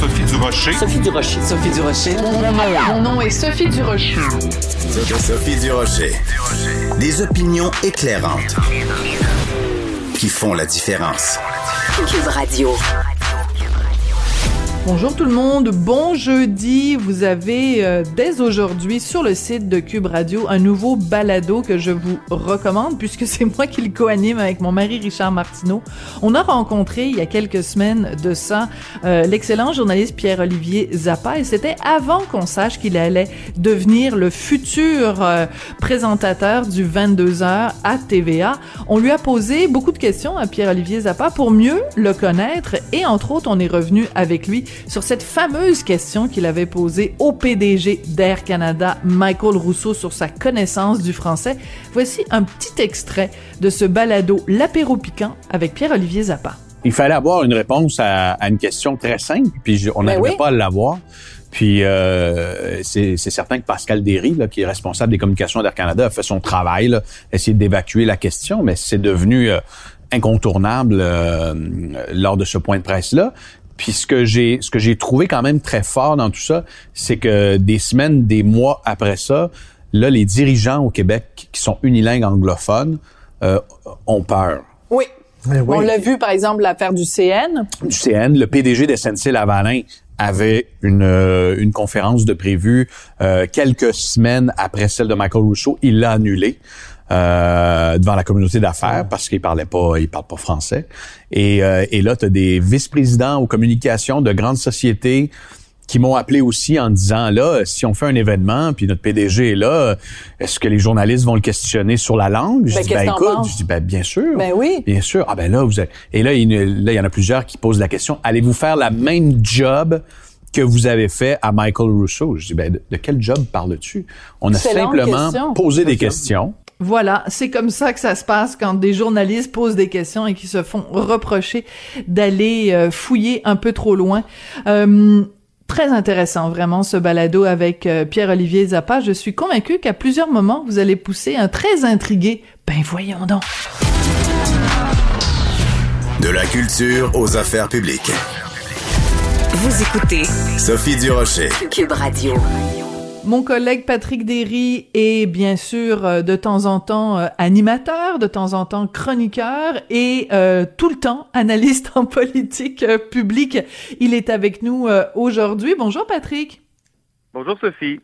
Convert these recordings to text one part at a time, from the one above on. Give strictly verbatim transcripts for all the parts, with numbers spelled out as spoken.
Sophie Durocher. Sophie Durocher. Sophie Durocher. Mon nom est Sophie Durocher. Sophie Durocher. Des opinions éclairantes qui font la différence. Cube Radio. Bonjour tout le monde, bon jeudi. Vous avez euh, dès aujourd'hui sur le site de Cube Radio un nouveau balado que je vous recommande puisque c'est moi qui le co-anime avec mon mari Richard Martineau. On a rencontré il y a quelques semaines de ça euh, l'excellent journaliste Pierre-Olivier Zappa et c'était avant qu'on sache qu'il allait devenir le futur euh, présentateur du vingt-deux heures à T V A. On lui a posé beaucoup de questions à Pierre-Olivier Zappa pour mieux le connaître et entre autres on est revenu avec lui sur cette fameuse question qu'il avait posée au P D G d'Air Canada, Michael Rousseau, sur sa connaissance du français. Voici un petit extrait de ce balado L'apéro piquant avec Pierre-Olivier Zappa. Il fallait avoir une réponse à, à une question très simple, puis on n'arrivait oui. pas à l'avoir. Puis euh, c'est, c'est certain que Pascal Derry, là, qui est responsable des communications d'Air Canada, a fait son travail, là, essayer d'évacuer la question, mais c'est devenu euh, incontournable euh, lors de ce point de presse-là. Puis ce que j'ai ce que j'ai trouvé quand même très fort dans tout ça, c'est que des semaines, des mois après ça, là, les dirigeants au Québec qui sont unilingues anglophones euh, ont peur. Oui. Eh oui. On l'a vu, par exemple, l'affaire du C N. Du C N, le P D G de S N C-Lavalin avait une euh, une conférence de prévue euh, quelques semaines après celle de Michael Rousseau. Il l'a annulée. Euh, devant la communauté d'affaires parce qu'il parlait pas, il parle pas français. Et, euh, et là, tu as des vice-présidents aux communications de grandes sociétés qui m'ont appelé aussi en disant, là, si on fait un événement, puis notre P D G est là, est-ce que les journalistes vont le questionner sur la langue? Je ben, dis, ben écoute, je dis, ben bien sûr. Ben oui. Bien sûr. Ah ben là, vous avez... Et là, il, là, il y en a plusieurs qui posent la question, allez-vous faire la même job que vous avez fait à Michael Rousseau? Je dis, ben de, de quel job parles-tu? On a Excellente simplement question. posé des questions. Voilà, c'est comme ça que ça se passe quand des journalistes posent des questions et qui se font reprocher d'aller euh, fouiller un peu trop loin. Euh, très intéressant, vraiment, ce balado avec euh, Pierre-Olivier Zappa. Je suis convaincue qu'à plusieurs moments, vous allez pousser un très intrigué. Ben voyons donc. De la culture aux affaires publiques. Vous écoutez Sophie Durocher. Cube Radio. Mon collègue Patrick Derry est bien sûr euh, de temps en temps euh, animateur, de temps en temps chroniqueur et euh, tout le temps analyste en politique euh, publique. Il est avec nous euh, aujourd'hui. Bonjour Patrick. Bonjour Sophie.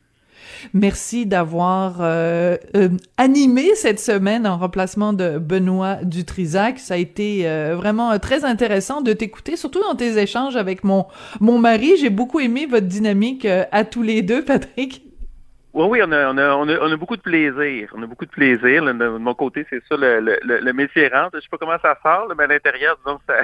Merci d'avoir euh, euh, animé cette semaine en remplacement de Benoît Dutrisac. Ça a été euh, vraiment très intéressant de t'écouter, surtout dans tes échanges avec mon mon mari. J'ai beaucoup aimé votre dynamique euh, à tous les deux, Patrick. Oui, oui, on a, on a, on a, on a beaucoup de plaisir. On a beaucoup de plaisir. De mon côté, c'est ça, le, le, le métier rentre. Je sais pas comment ça sort, mais à l'intérieur, disons que ça...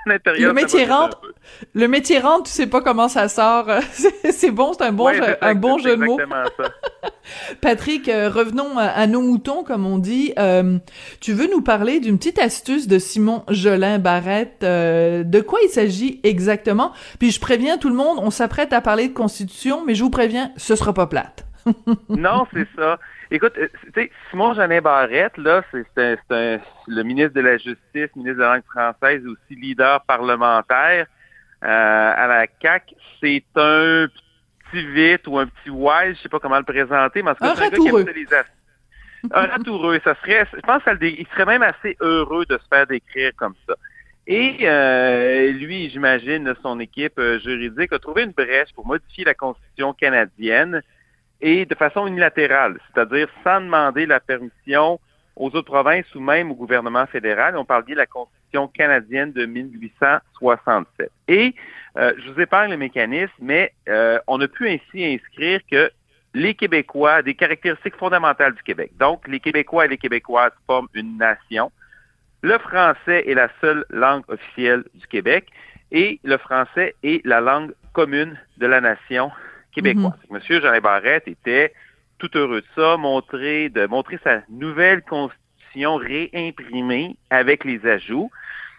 Le métier rentre, le métier rentre, tu sais pas comment ça sort. c'est, c'est bon, c'est un bon, ouais, jeu, c'est un bon jeu de mots. Ça. Patrick, euh, revenons à, à nos moutons, comme on dit. Euh, tu veux nous parler d'une petite astuce de Simon Jolin Barrette. Euh, de quoi il s'agit exactement? Puis je préviens tout le monde, on s'apprête à parler de Constitution, mais je vous préviens, ce sera pas plate. Non, c'est ça. Écoute, tu sais, Simon Jolin Barrette, là, c'est, c'est, un, c'est un, le ministre de la Justice, ministre de la langue française, aussi leader parlementaire euh, à la C A Q. C'est un petit vite ou un petit wise, je sais pas comment le présenter, mais en tout cas, un c'est un gars qui aime ça, les as- Un ratoureux, ça serait, je pense qu'il serait même assez heureux de se faire décrire comme ça. Et euh, lui, j'imagine, son équipe euh, juridique a trouvé une brèche pour modifier la Constitution canadienne et de façon unilatérale, c'est-à-dire sans demander la permission aux autres provinces ou même au gouvernement fédéral. On parle bien de la Constitution canadienne de dix-huit cent soixante-sept. Et euh, je vous épargne le mécanisme, mais euh, on a pu ainsi inscrire que les Québécois, des caractéristiques fondamentales du Québec. Donc, les Québécois et les Québécoises forment une nation. Le français est la seule langue officielle du Québec et le français est la langue commune de la nation québécoise. Mm-hmm. Monsieur Jolin Barrette était tout heureux de ça, montrer, de montrer sa nouvelle constitution réimprimée avec les ajouts.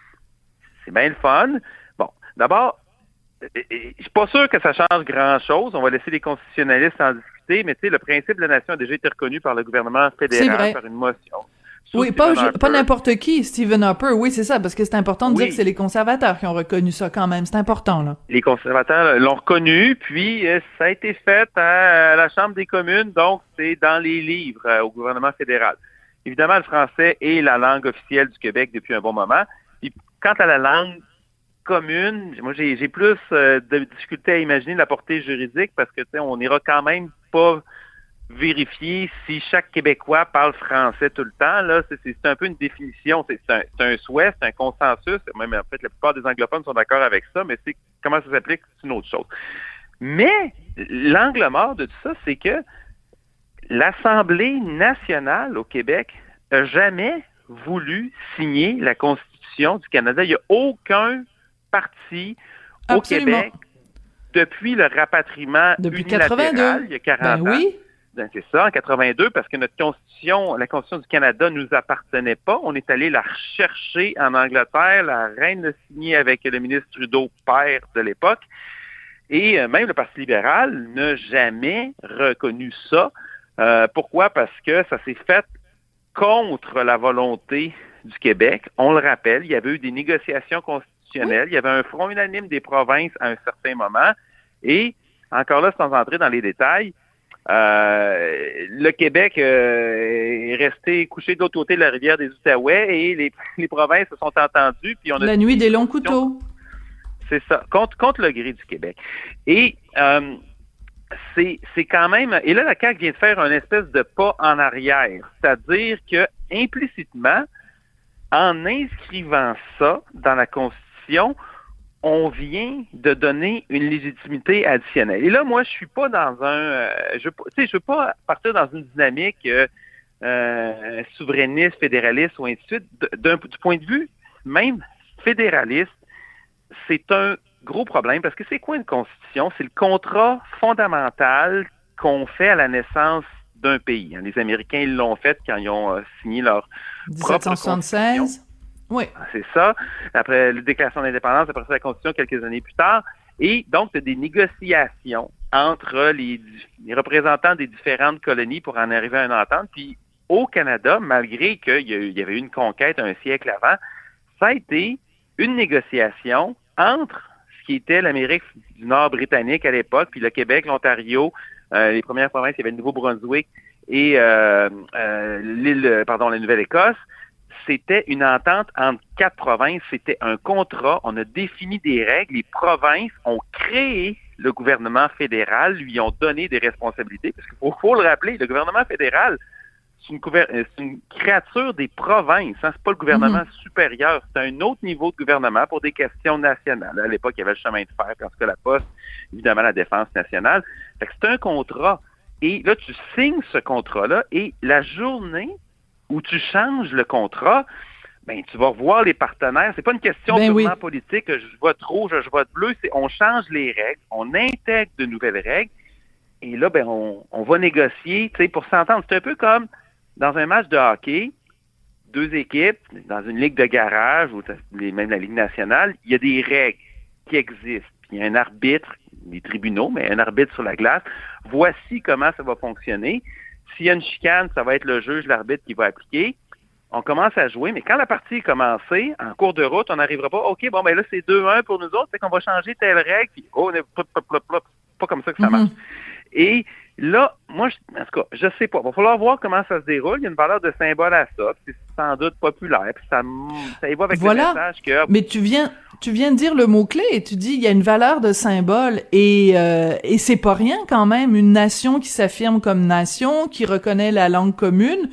C'est bien le fun. Bon, d'abord, je suis pas sûr que ça change grand-chose. On va laisser les constitutionnalistes en discuter, mais tu sais, le principe de la nation a déjà été reconnu par le gouvernement fédéral par une motion. Oui, pas, je, pas n'importe qui, Stephen Harper, oui, c'est ça, parce que c'est important de oui. dire que c'est les conservateurs qui ont reconnu ça quand même, c'est important, là. Les conservateurs l'ont reconnu, puis euh, ça a été fait à, à la Chambre des communes, donc c'est dans les livres euh, au gouvernement fédéral. Évidemment, le français est la langue officielle du Québec depuis un bon moment, puis quant à la langue commune, moi j'ai, j'ai plus euh, de difficulté à imaginer la portée juridique, parce que, tu sais, on n'ira quand même pas vérifier si chaque Québécois parle français tout le temps. Là, c'est, c'est un peu une définition, c'est, c'est, un, c'est un souhait, c'est un consensus. Même en fait, la plupart des anglophones sont d'accord avec ça, mais c'est comment ça s'applique, c'est une autre chose. Mais l'angle mort de tout ça, c'est que l'Assemblée nationale au Québec n'a jamais voulu signer la Constitution du Canada. Il n'y a aucun parti au Absolument. Québec depuis le rapatriement depuis unilatéral, quatre-vingt-deux. il y a quarante ben ans. Oui. Ben, c'est ça, en quatre-vingt-deux, parce que notre Constitution, la Constitution du Canada nous appartenait pas. On est allé la rechercher en Angleterre. La reine l'a signée avec le ministre Trudeau, père de l'époque. Et euh, même le Parti libéral n'a jamais reconnu ça. Euh, pourquoi? Parce que ça s'est fait contre la volonté du Québec. On le rappelle, il y avait eu des négociations constitutionnelles. Oui. Il y avait un front unanime des provinces à un certain moment. Et, encore là, sans entrer dans les détails, Euh, le Québec euh, est resté couché de l'autre côté de la rivière des Outaouais et les, les provinces se sont entendues. Puis on a la nuit des longs couteaux. C'est ça, contre, contre le gré du Québec. Et euh, c'est, c'est quand même... Et là, la C A Q vient de faire une espèce de pas en arrière. C'est-à-dire que, implicitement, en inscrivant ça dans la Constitution, on vient de donner une légitimité additionnelle. Et là, moi, je suis pas dans un... Euh, je tu sais, je veux pas partir dans une dynamique euh, euh, souverainiste, fédéraliste ou ainsi de suite. D'un, du point de vue même fédéraliste, c'est un gros problème parce que c'est quoi une constitution? C'est le contrat fondamental qu'on fait à la naissance d'un pays. Les Américains, ils l'ont fait quand ils ont euh, signé leur propre constitution. Oui. C'est ça. Après la déclaration d'indépendance, après ça, la Constitution quelques années plus tard. Et donc, il y a des négociations entre les, les représentants des différentes colonies pour en arriver à une entente. Puis, au Canada, malgré qu'il y, a, il y avait eu une conquête un siècle avant, ça a été une négociation entre ce qui était l'Amérique du Nord britannique à l'époque, puis le Québec, l'Ontario, euh, les premières provinces, il y avait le Nouveau-Brunswick et euh, euh, l'île, pardon, la Nouvelle-Écosse. C'était une entente entre quatre provinces, c'était un contrat, on a défini des règles, les provinces ont créé le gouvernement fédéral, lui ont donné des responsabilités, parce qu'il faut, faut le rappeler, le gouvernement fédéral, c'est une, couver- c'est une créature des provinces, hein, c'est pas le gouvernement mmh. supérieur, c'est un autre niveau de gouvernement pour des questions nationales. À l'époque, il y avait le chemin de fer, puis en tout cas la poste, évidemment la défense nationale. Fait que c'est un contrat, et là, tu signes ce contrat-là, et la journée où tu changes le contrat, ben tu vas revoir les partenaires. C'est pas une question ben purement oui. politique, je vote rouge, je vote bleu, c'est on change les règles, on intègre de nouvelles règles, et là, ben on, on va négocier, tu sais, pour s'entendre. C'est un peu comme dans un match de hockey, deux équipes, dans une ligue de garage, ou même la Ligue nationale, il y a des règles qui existent. Puis il y a un arbitre, les tribunaux, mais un arbitre sur la glace. Voici comment ça va fonctionner. S'il y a une chicane, ça va être le juge, l'arbitre qui va appliquer. On commence à jouer, mais quand la partie est commencée, en cours de route, on n'arrivera pas, OK, bon, ben là, c'est deux un pour nous autres, c'est qu'on va changer telle règle, puis oh, plop, plop, plop, plop. C'est pas comme ça que ça marche. Mm-hmm. Et là, moi, je, en tout cas, je sais pas. Il va falloir voir comment ça se déroule. Il y a une valeur de symbole à ça, c'est sans doute populaire, puis ça, ça y va avec voilà. le message que... Mais tu viens... Tu viens de dire le mot-clé et tu dis il y a une valeur de symbole et euh, et c'est pas rien quand même, une nation qui s'affirme comme nation, qui reconnaît la langue commune,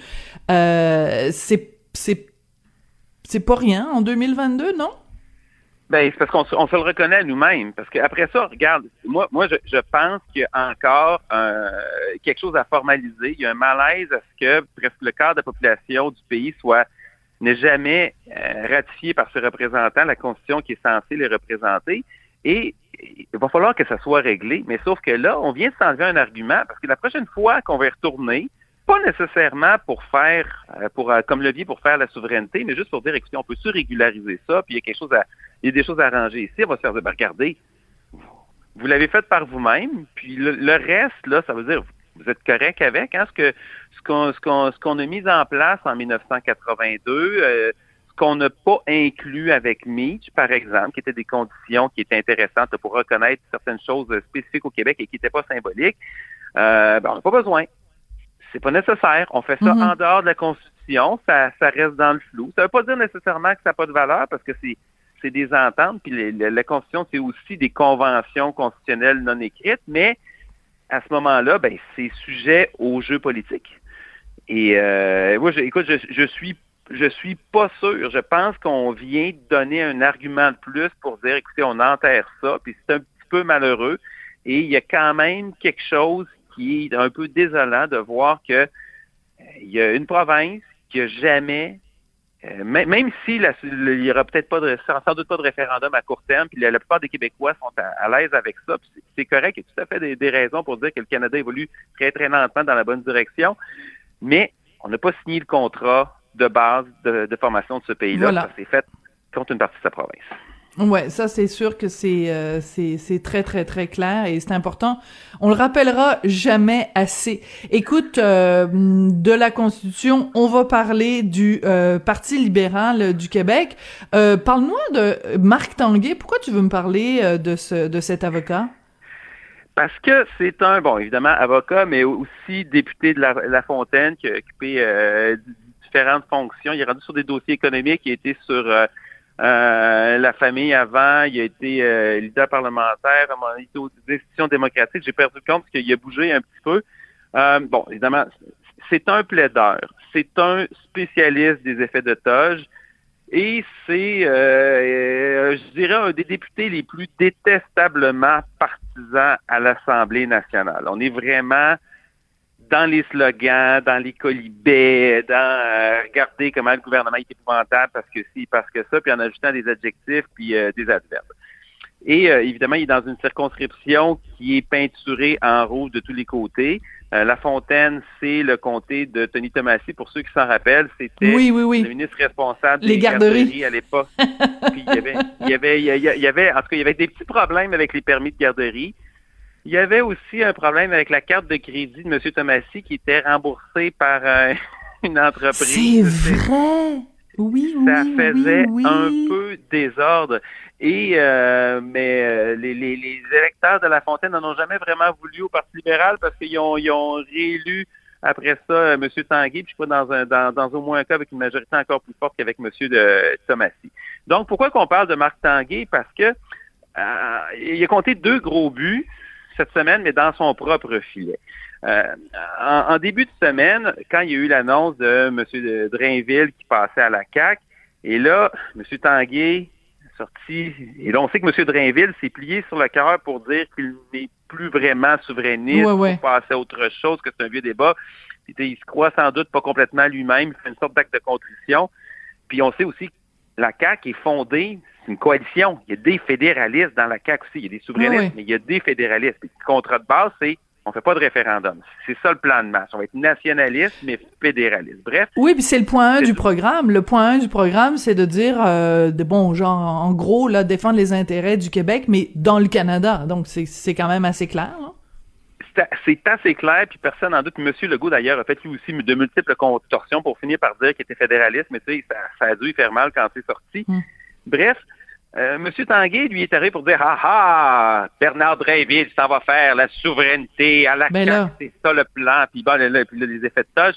euh, c'est c'est c'est pas rien en deux mille vingt-deux, non? Ben c'est parce qu'on on se le reconnaît à nous-mêmes, parce qu'après ça, regarde, moi moi je, je pense qu'il y a encore euh, quelque chose à formaliser, il y a un malaise à ce que presque le quart de la population du pays soit n'est jamais euh, ratifié par ses représentants, la Constitution qui est censée les représenter. Et il va falloir que ça soit réglé. Mais sauf que là, on vient de s'enlever un argument, parce que la prochaine fois qu'on va y retourner, pas nécessairement pour faire, euh, pour euh, comme levier pour faire la souveraineté, mais juste pour dire, écoutez, on peut-tu régulariser ça, puis il y a quelque chose à, il y a des choses à arranger ici, on va se faire de, ben, regardez, vous l'avez fait par vous-même, puis le, le reste, là, ça veut dire, vous êtes correct avec, hein? Ce que ce qu'on ce qu'on ce qu'on a mis en place en dix-neuf cent quatre-vingt-deux, euh, ce qu'on n'a pas inclus avec Mitch, par exemple, qui étaient des conditions qui étaient intéressantes pour reconnaître certaines choses spécifiques au Québec et qui n'étaient pas symboliques, euh, ben, on n'a pas besoin. C'est pas nécessaire. On fait ça mm-hmm. en dehors de la Constitution, ça, ça reste dans le flou. Ça veut pas dire nécessairement que ça n'a pas de valeur, parce que c'est c'est des ententes, puis les, les, la Constitution, c'est aussi des conventions constitutionnelles non écrites, mais à ce moment-là, ben c'est sujet au jeu politique. Et euh, moi, je, écoute, je, je suis je suis pas sûr. Je pense qu'on vient de donner un argument de plus pour dire, écoutez, on enterre ça, puis c'est un petit peu malheureux. Et il y a quand même quelque chose qui est un peu désolant de voir que euh, il y a une province qui a jamais, euh, même, même si la, le, il y aura peut-être pas de, sans doute pas de référendum à court terme, puis la, la plupart des Québécois sont à, à l'aise avec ça, puis c'est, c'est correct, il y a tout à fait des, des raisons pour dire que le Canada évolue très très lentement dans la bonne direction, mais on n'a pas signé le contrat de base de, de formation de ce pays-là, voilà. Ça s'est fait contre une partie de sa province. Ouais, ça c'est sûr que c'est euh, c'est c'est très très très clair et c'est important. On le rappellera jamais assez. Écoute, euh, de la Constitution, on va parler du euh, Parti libéral du Québec. Euh, parle-moi de Marc Tanguay. Pourquoi tu veux me parler euh, de ce de cet avocat? Parce que c'est un, bon, évidemment, avocat, mais aussi député de La, La Fontaine qui a occupé euh, différentes fonctions. Il est rendu sur des dossiers économiques. Il a été sur euh, Euh, la famille avant, il a été euh, leader parlementaire, il était aux institutions démocratiques. J'ai perdu le compte parce qu'il a bougé un petit peu. Euh, bon, évidemment, c'est un plaideur. C'est un spécialiste des effets de toge. Et c'est, euh, je dirais, un des députés les plus détestablement partisans à l'Assemblée nationale. On est vraiment dans les slogans, dans les colibets, dans euh, regarder comment le gouvernement est épouvantable parce que si, parce que ça, puis en ajoutant des adjectifs puis euh, des adverbes. Et euh, évidemment, il est dans une circonscription qui est peinturée en rouge de tous les côtés. Euh, La Fontaine, c'est le comté de Tony Tomassi. Pour ceux qui s'en rappellent, c'était oui, oui, oui. le ministre responsable les des garderies. garderies à l'époque. Puis il y avait, il y avait, il y avait, en tout cas, il y avait des petits problèmes avec les permis de garderie. Il y avait aussi un problème avec la carte de crédit de M. Tomassi qui était remboursée par euh, une entreprise. C'est vrai! Oui, oui, Ça faisait oui, oui. un peu désordre. Et euh, mais euh, les, les, les électeurs de La Fontaine n'en ont jamais vraiment voulu au Parti libéral parce qu'ils ont, ils ont réélu après ça euh, M. Tanguay, puis je crois dans, un, dans, dans au moins un cas avec une majorité encore plus forte qu'avec M. de Tomassi. Donc, pourquoi qu'on parle de Marc Tanguay? Parce que euh, il a compté deux gros buts cette semaine, mais dans son propre filet. Euh, en, en début de semaine, quand il y a eu l'annonce de M. Drainville qui passait à la C A Q, et là, M. Tanguay est sorti, et là, on sait que M. Drainville s'est plié sur le cœur pour dire qu'il n'est plus vraiment souverainiste, ouais, ouais. pour passer à autre chose, que c'est un vieux débat. Puis, il se croit sans doute pas complètement lui-même, il fait une sorte d'acte de contrition. Puis on sait aussi que la C A Q est fondée, c'est une coalition. Il y a des fédéralistes dans la C A Q aussi. Il y a des souverainistes, oui. mais il y a des fédéralistes. Puis le contrat de base, c'est on fait pas de référendum. C'est ça le plan de masse. On va être nationaliste, mais fédéraliste. Bref. Oui, puis c'est le point un du tout. programme. Le point un du programme, c'est de dire, euh, de, bon, genre, en gros, là, défendre les intérêts du Québec, mais dans le Canada. Donc, c'est, c'est quand même assez clair, hein? C'est assez clair, puis personne n'en doute. M. Legault, d'ailleurs, a fait lui aussi de multiples contorsions pour finir par dire qu'il était fédéraliste, mais tu sais, ça, ça a dû lui faire mal quand c'est sorti. Mm. Bref, euh, M. Tanguay, lui, est arrivé pour dire « Ah ah, Bernard Drainville, ça va faire la souveraineté à la ben C A Q, c'est ça le plan, puis bon, là, là, puis là, les effets de toge. »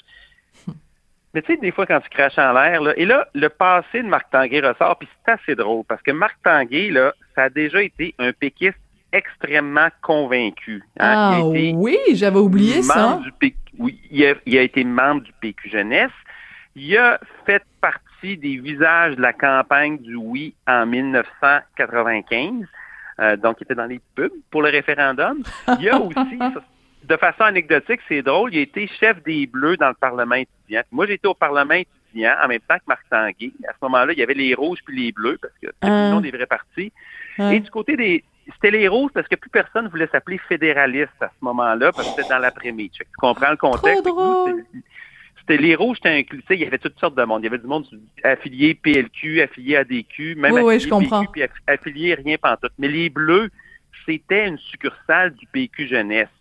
Mais tu sais, des fois, quand tu craches en l'air, là, et là, le passé de Marc Tanguay ressort, puis c'est assez drôle, parce que Marc Tanguay, là, ça a déjà été un péquiste extrêmement convaincu. Hein? Ah il a été oui, j'avais oublié ça. Du P... Oui, il a, il a été membre du P Q Jeunesse. Il a fait partie des visages de la campagne du oui en dix-neuf cent quatre-vingt-quinze. Euh, donc, il était dans les pubs pour le référendum. Il a aussi, de façon anecdotique, c'est drôle, il a été chef des Bleus dans le Parlement étudiant. Moi, j'étais au Parlement étudiant en même temps que Marc Tanguay. À ce moment-là, il y avait les rouges puis les bleus, parce que c'était euh... le nom des vrais partis. Euh... Et du côté des... C'était les roses parce que plus personne voulait s'appeler fédéraliste à ce moment-là parce que c'était dans l'après-midi. Tu comprends le contexte? Trop drôle. C'était, c'était les rouges, c'était inclus. Tu sais, il y avait toutes sortes de monde. Il y avait du monde affilié P L Q, affilié A D Q, même oui, affilié oui, je comprends. P Q, puis affilié rien pantoute. Mais les bleus, c'était une succursale du P Q Jeunesse.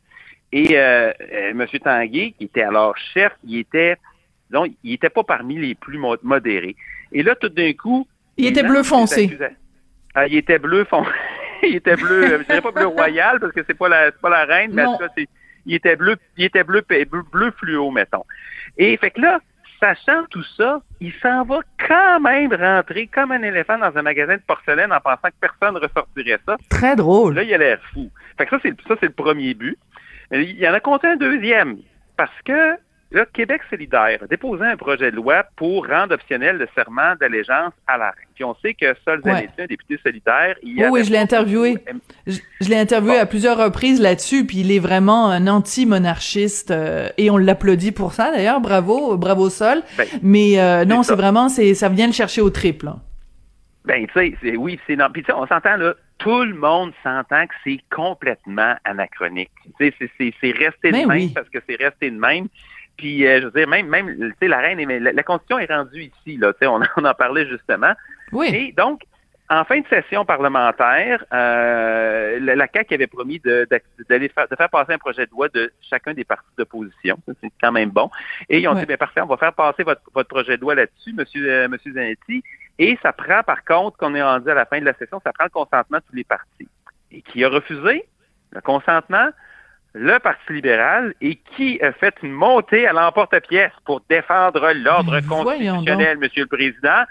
Et euh, euh, M. Tanguay, qui était alors chef, il était, donc, il était pas parmi les plus modérés. Et là, tout d'un coup... Il était bleu foncé. Ah, il était bleu foncé. Il était bleu, je dirais pas bleu royal, parce que c'est pas la, c'est pas la reine, mais en tout cas, c'est, il était bleu, il était bleu, bleu, bleu fluo, mettons. Et fait que là, sachant tout ça, il s'en va quand même rentrer comme un éléphant dans un magasin de porcelaine en pensant que personne ne ressortirait ça. Très drôle. Là, il a l'air fou. Fait que ça, c'est, ça, c'est le premier but. Il y en a compté un deuxième, parce que là, Québec solidaire a déposé un projet de loi pour rendre optionnel le serment d'allégeance à la reine. Puis on sait que Sol Zanetti, ouais. un député solidaire... Il oh, oui, je l'ai interviewé. Je, je l'ai interviewé bon. à plusieurs reprises là-dessus, puis il est vraiment un anti-monarchiste, euh, et on l'applaudit pour ça, d'ailleurs. Bravo, bravo Sol. Ben, Mais euh, non, c'est, c'est vraiment, c'est, ça vient le chercher au triple. Là. Ben, tu sais, c'est, oui, c'est... Non. Puis tu sais, on s'entend, là, tout le monde s'entend que c'est complètement anachronique. Tu sais, c'est, c'est, c'est resté ben de même oui. parce que c'est resté de même. Puis, euh, je veux dire, même, même, tu sais, la reine, est, la, la Constitution est rendue ici, là, tu sais, on, on en parlait justement. Oui. Et donc, en fin de session parlementaire, euh, la, la C A Q avait promis de, de, d'aller faire, de faire passer un projet de loi de chacun des partis d'opposition. Ça, c'est quand même bon. Et ils ont ouais. dit, bien, parfait, on va faire passer votre, votre projet de loi là-dessus, monsieur, euh, monsieur Zanetti. Et ça prend, par contre, qu'on est rendu à la fin de la session, ça prend le consentement de tous les partis. Et qui a refusé le consentement? Le Parti libéral, et qui a fait une montée à l'emporte-pièce pour défendre l'ordre Mais constitutionnel, Monsieur le Président,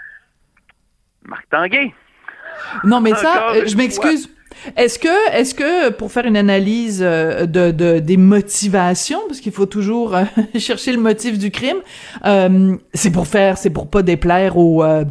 Marc Tanguay. Non, mais ça, je m'excuse. Fois. Est-ce que, est-ce que, pour faire une analyse de, de des motivations, parce qu'il faut toujours euh, chercher le motif du crime, euh, c'est pour faire, c'est pour pas déplaire aux euh,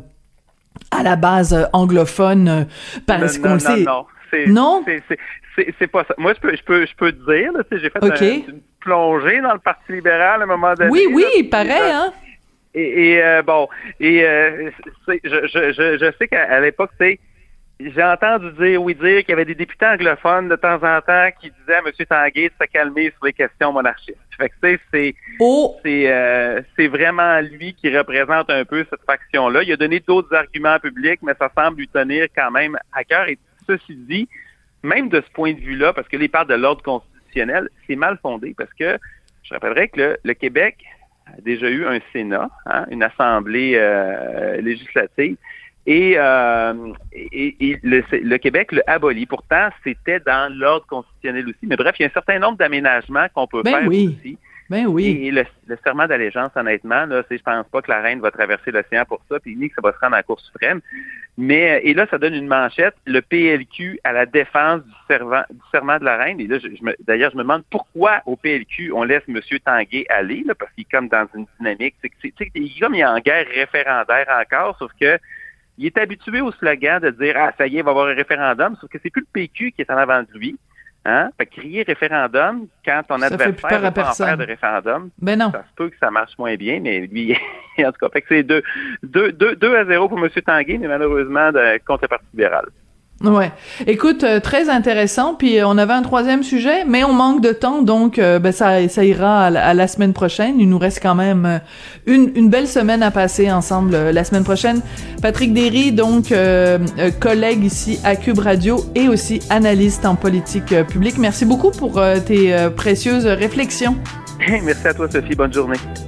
à la base anglophone, parce non, qu'on non, le sait. Non, non. C'est, non? C'est, c'est, c'est, c'est pas ça. Moi, je peux, je peux, je peux te dire, là, tu sais, j'ai fait okay. un, une plongée dans le Parti libéral à un moment donné. Oui, oui, là, pareil, hein. Et, et euh, bon, et euh, c'est, je, je, je, je sais qu'à à l'époque, tu sais, j'ai entendu dire, oui, dire qu'il y avait des députés anglophones de temps en temps qui disaient à M. Tanguay de se calmer sur les questions monarchistes. Fait que, tu sais, c'est, oh. c'est, euh, c'est vraiment lui qui représente un peu cette faction-là. Il a donné d'autres arguments publics, mais ça semble lui tenir quand même à cœur. Et ceci dit, même de ce point de vue-là, parce que les parts de l'ordre constitutionnel, c'est mal fondé, parce que je rappellerai que le, le Québec a déjà eu un Sénat, hein, une assemblée euh, législative, et, euh, et, et le, le Québec l'a aboli. Pourtant, c'était dans l'ordre constitutionnel aussi. Mais bref, il y a un certain nombre d'aménagements qu'on peut ben faire oui. aussi. Ben oui. Et le, le serment d'allégeance, honnêtement, là, c'est, je pense pas que la reine va traverser l'océan pour ça, puis ni que ça va se rendre à la Cour suprême. Mais, et là, ça donne une manchette, le P L Q à la défense du, servant, du serment de la reine. Et là, je, je me, d'ailleurs, je me demande pourquoi au P L Q, on laisse M. Tanguay aller, là, parce qu'il est comme dans une dynamique. C'est, c'est, c'est, il est comme il est en guerre référendaire encore, sauf que il est habitué au slogan de dire « Ah, ça y est, il va y avoir un référendum », sauf que c'est plus le P Q qui est en avant de lui. Hein? Fait que crier référendum quand ton adversaire ne peut pas en faire de référendum, ben non. ça se peut que ça marche moins bien, mais lui, en tout cas, fait que c'est deux, deux, deux, deux à zéro pour M. Tanguay, mais malheureusement de, contre le Parti libéral. Ouais. Écoute, euh, très intéressant. Puis euh, on avait un troisième sujet, mais on manque de temps, donc euh, ben ça, ça ira à la, à la semaine prochaine. Il nous reste quand même euh, une, une belle semaine à passer ensemble euh, la semaine prochaine. Patrick Derry, donc euh, euh, collègue ici à Cube Radio et aussi analyste en politique euh, publique. Merci beaucoup pour euh, tes euh, précieuses réflexions. Merci à toi, Sophie. Bonne journée.